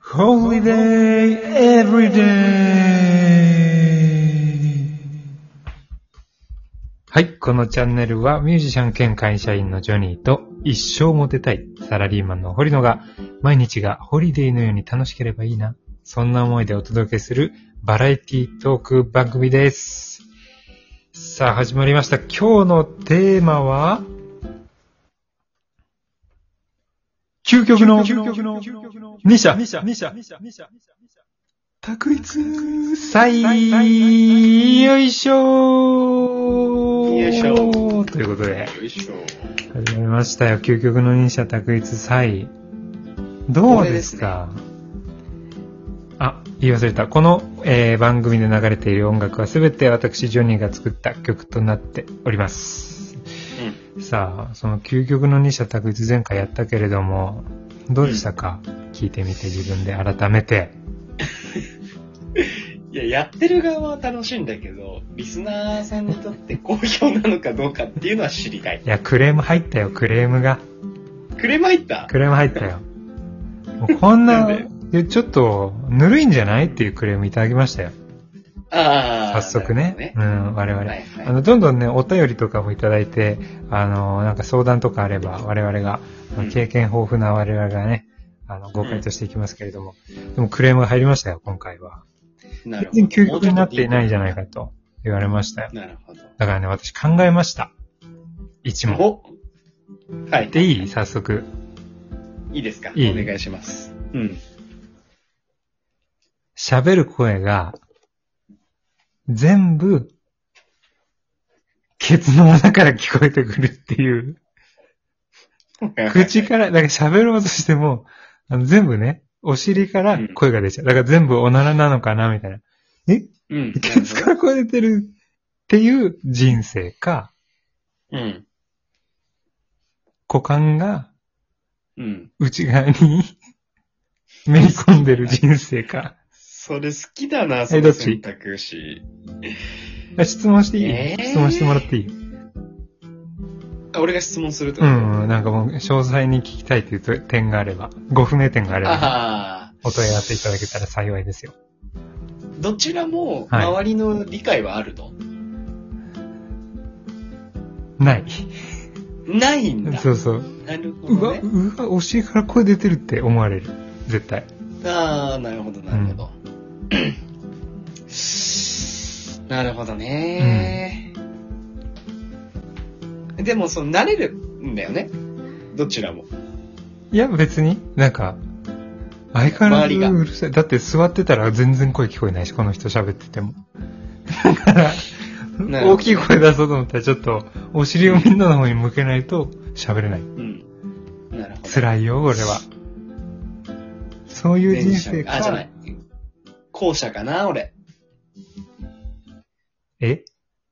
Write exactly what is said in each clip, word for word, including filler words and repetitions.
Holiday Everyday。 はい、このチャンネルはミュージシャン兼会社員のジョニーと一生モテたいサラリーマンの堀野が毎日がホリデーのように楽しければいいな、そんな思いでお届けするバラエティトーク番組です。さあ始まりました。今日のテーマは究極のに社択一祭よいしょよいしょということでよいしょ始まりましたよ。究極のに社択一祭、どうですか？あ、言い忘れた。この、えー、番組で流れている音楽はすべて私ジョニーが作った曲となっております。うん、さあ、その究極のに社択一前回やったけれどもどうでしたか？うん、聞いてみて自分で改めて。 いや、やってる側は楽しいんだけど、リスナーさんにとって好評なのかどうかっていうのは知りたい。 いや、クレーム入ったよ、クレームが。 クレーム入った？クレーム入ったよ。もうこんな、ちょっと、ぬるいんじゃないっていうクレームいただきましたよ。 ああ。 早速ね。ね、うん、我々、はいはい。 あの、どんどんね、お便りとかもいただいて、あの、なんか相談とかあれば、我々が、うん、経験豊富な我々がね、あの、ご回答していきますけれども、うん、でもクレームが入りましたよ、今回は。 なるほど。 全然究極になっていないんじゃないかと言われましたよ。 なるほど。 だからね、私考えました。一問。 おはい。 でいい？早速。 いいですか？ いい？ お願いします。うん。 喋る声が、全部、ケツの穴から聞こえてくるっていう。口から、だから喋ろうとしても、あの全部ね、お尻から声が出ちゃう。だから全部おならなのかなみたいな。え、うん、ケツから声出てるっていう人生か、 うん、 股間が、 うん、 内側にめり込んでる人生か。 それ好きだな、その選択肢。 質問していい？えー、質問してもらっていい？ あ、俺が質問するってこと？ うん、なんかもう詳細に聞きたいという点があれば、ご不明点があれば、 あお問い合わせいただけたら幸いですよ。 どちらも周りの理解はあるの？はい、 ない。 ないんだ。 そうそう。 なるほど、ね。 うわ、うわ、お尻から声出てるって思われる。絶対。 ああ、なるほど、なるほど。うん、なるほどね、うん。でも、その、慣れるんだよね。どちらも。 いや、別に、なんか、相変わらずうるさい。だって座ってたら全然声聞こえないし、この人喋ってても。だから、大きい声出そうと思ったらちょっと、お尻をみんなの方に向けないと喋れない。うん。 なるほど。 辛いよ、俺は。そういう人生か。 あ、じゃない。後者かな、俺。 え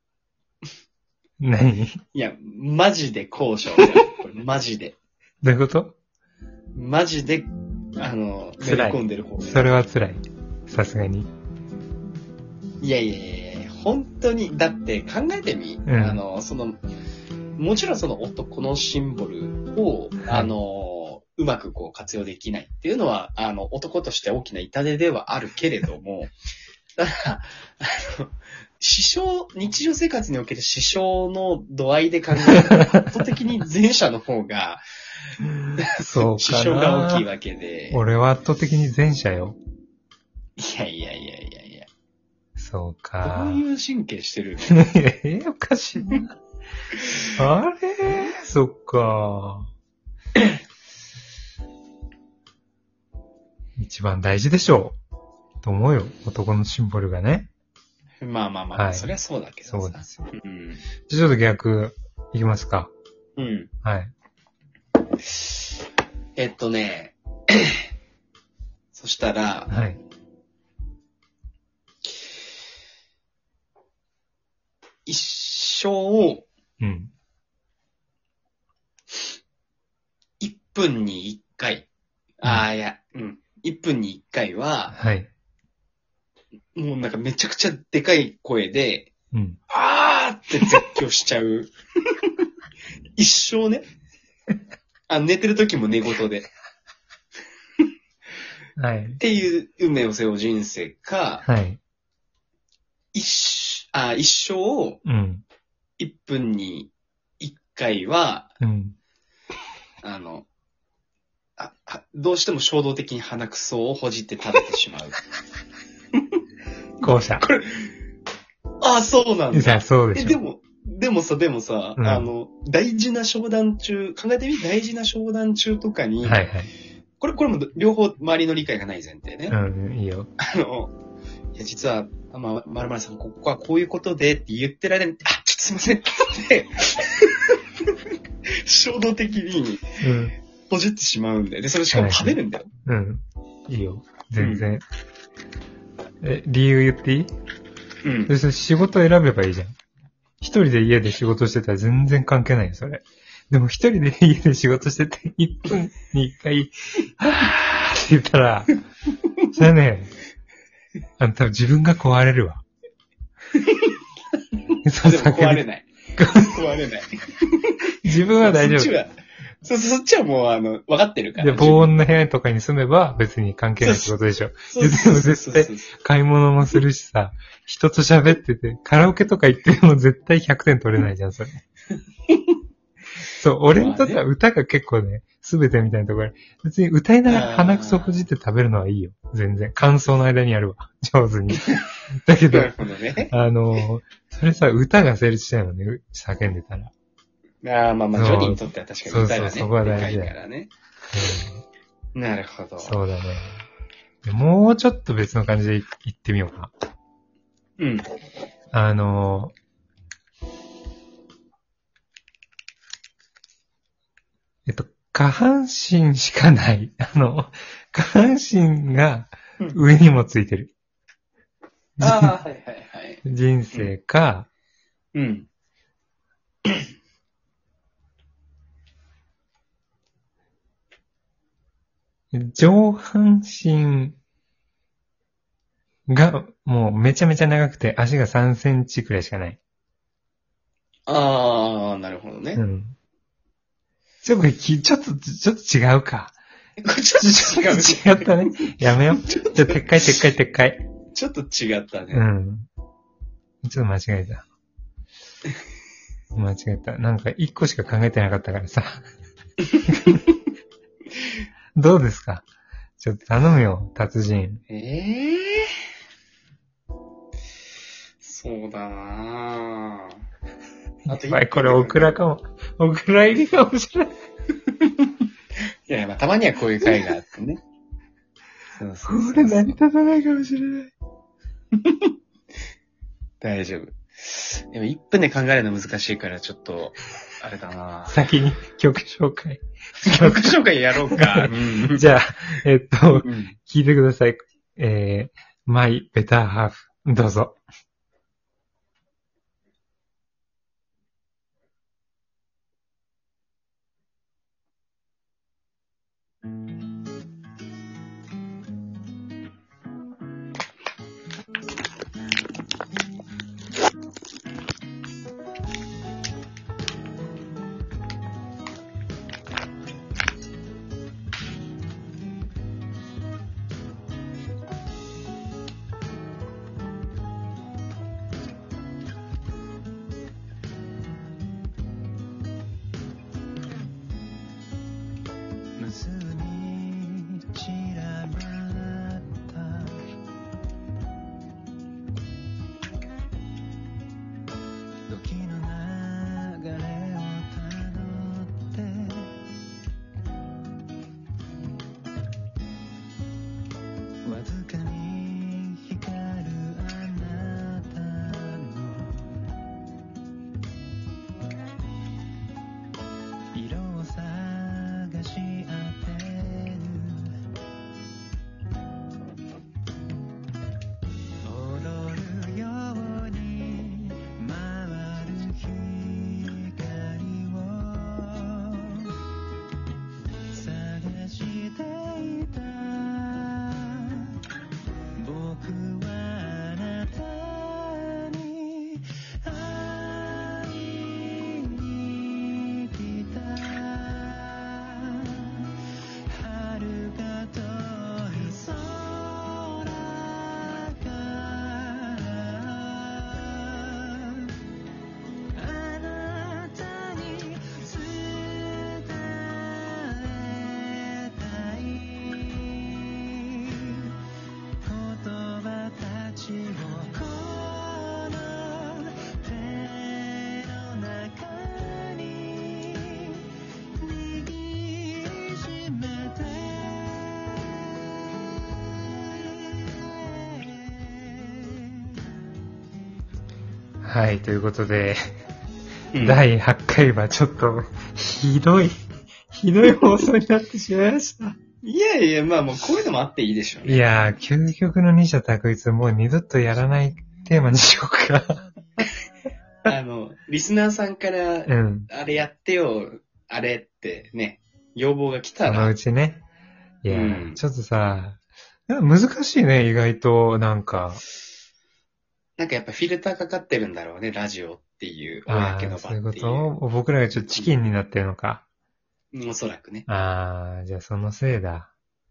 何？ いや、マジで後者。これマジで。 どういうこと？ マジで、あの、めり込んでる方。 それは辛い。さすがに。 いやいやいや、本当に、だって考えてみ、うん、あの、その、もちろんその男のシンボルを、はい、あの、うまくこう活用できないっていうのは、あの、男として大きな痛手ではあるけれども、ただ、あの、支障、日常生活における支障の度合いで考えると、圧倒的に前者の方が、 そうかな。 支障が大きいわけで。 俺は圧倒的に前者よ。 いやいやいやいやいや。 そうか。 どういう神経してるの？えー、おかしいな。あれ？そっか。一番大事でしょう。と思うよ。男のシンボルがね。 まあまあまあ、はい、そりゃそうだけどさ。 そうですよ。うん、じゃあちょっと逆、いきますか。 うん。 はい。 えっとね、そしたら、 はい。 一生を、 うん。 いっぷんにいっかい、うん、ああ、いや、うん。いっぷんにいっかいは、 はい。 もうなんかめちゃくちゃでかい声で、 うん。 あーって絶叫しちゃう。一生ね。あ、寝てる時も寝言で。 はい。 っていう運命を背負う人生か、 はい。 一、あ、一生、 うん。 いっぷんにいっかいは、 うん。 あの、あ、どうしても衝動的に鼻くそをほじって食べてしまう。 後者。 これ、あ、そうなんだ。 いや、そうでしょ。 え、でも、でもさ、でもさ、うん、あの、大事な商談中、考えてみ、大事な商談中とかに、 はいはい。 これ、これも両方周りの理解がない前提ね。 うん、いいよ。 あの、いや、実は、まあ、まるまるさん、ここはこういうことでって言ってる間に、あ、ちょっとすいませんって、衝動的に、うん。ほじってしまうんだよ。で、それしかも食べるんだよ。 はい、うん。いいよ。全然。うん、え、理由言っていい？うん。で、仕事選べばいいじゃん。一人で家で仕事してたら全然関係ないよ、それ。でも一人で家で仕事してて、いっぷんにいっかい、はぁーって言ったら、それね、あの、多分自分が壊れるわ。 そう、でも壊れない。壊れない。 自分は大丈夫。 そっちは、そ、そっちはもう、あの、分かってるから。 で、防音の部屋とかに住めば別に関係ないってことでしょ。で、でも絶対買い物もするしさ、人と喋ってて、カラオケとか行っても絶対ひゃくてん取れないじゃん、それ。そう、俺にとっては歌が結構ね、すべてみたいなところ。別に歌いながら鼻くそほじって食べるのはいいよ。全然。感想の間にやるわ。上手に。だけど、ね、あの、それさ、歌が成立しないもんね、叫んでたら。 ああ、まあまあ、ジョニーにとっては確かに歌がね、 そうそう、そこは大事だからね。うん、なるほど。 そうだね。もうちょっと別の感じで言ってみようか。 うん。 あの、えっと、下半身しかない。あの、下半身が上にもついてる。 うん、ああ、はいはいはい。 人生か、 うん。 上半身がもうめちゃめちゃ長くて足がさんセンチくらいしかない。 ああ、なるほどね。 うん。ちょっと、ちょっと、ちょっと違うか。 ちょっと違う。 違ったね。やめよう。じゃあ、撤回、撤回、撤回。 ちょっと違ったね。 うん。ちょっと間違えた。間違えた。なんか一個しか考えてなかったからさ。どうですか？ちょっと頼むよ、達人。 ええー、そうだなぁ。 あとやばい、これオクラかも。オクラ入りかもしれない。 いやいや、まあ、たまにはこういう回があってね。 そうそうそうそう、これ成り立たないかもしれない。 大丈夫。でもいっぷんで考えるの難しいから、ちょっと、あれだなぁ。 先に曲紹介。 曲紹介やろうか。 うん、じゃあ、えっと、うん、聞いてください。えー、My Better Half。どうぞ。 はい、ということで、 うん、 だいはちかいはちょっと、ひどい、ひどい放送になってしまいました。 いやいや、まあもうこういうのもあっていいでしょうね。 いやー、究極の二者択一、もう二度とやらないテーマにしようか。 あの、リスナーさんから、 うん。 あれやってよ、あれってね、要望が来たら。 そのうちね。いやー、 うん、 ちょっとさ、難しいね、意外と、なんか。 なんかやっぱフィルターかかってるんだろうね、ラジオっていう、 ああ、 公のそういうこ場っていう。 と僕らがちょっとチキンになってるのか。 うん、おそらくね。 ああ、じゃあそのせいだ。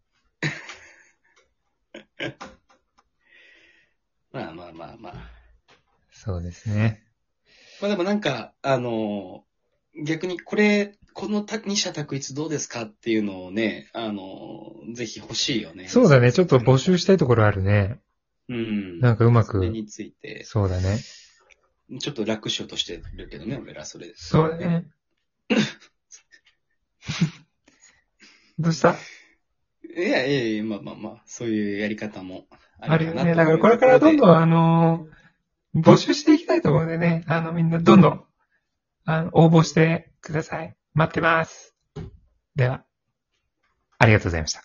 まあまあまあまあ。 そうですね。 まあでもなんか、あのー、逆にこれ、この二者択一どうですかっていうのをね、あのー、ぜひ欲しいよね。 そうだね、ちょっと募集したいところあるね。 うん。 なんかうまく。 それについて。 そうだね。 ちょっと楽しようとしてるけどね、俺らそれで。 そうだね。どうした？ いやいやいや、まあまあまあ、そういうやり方もああるよね。 るかなと。 だからこれからどんどんあのー、募集していきたいと思うんでね、あのみんなどんどん、あの、応募してください。待ってます。では、ありがとうございました。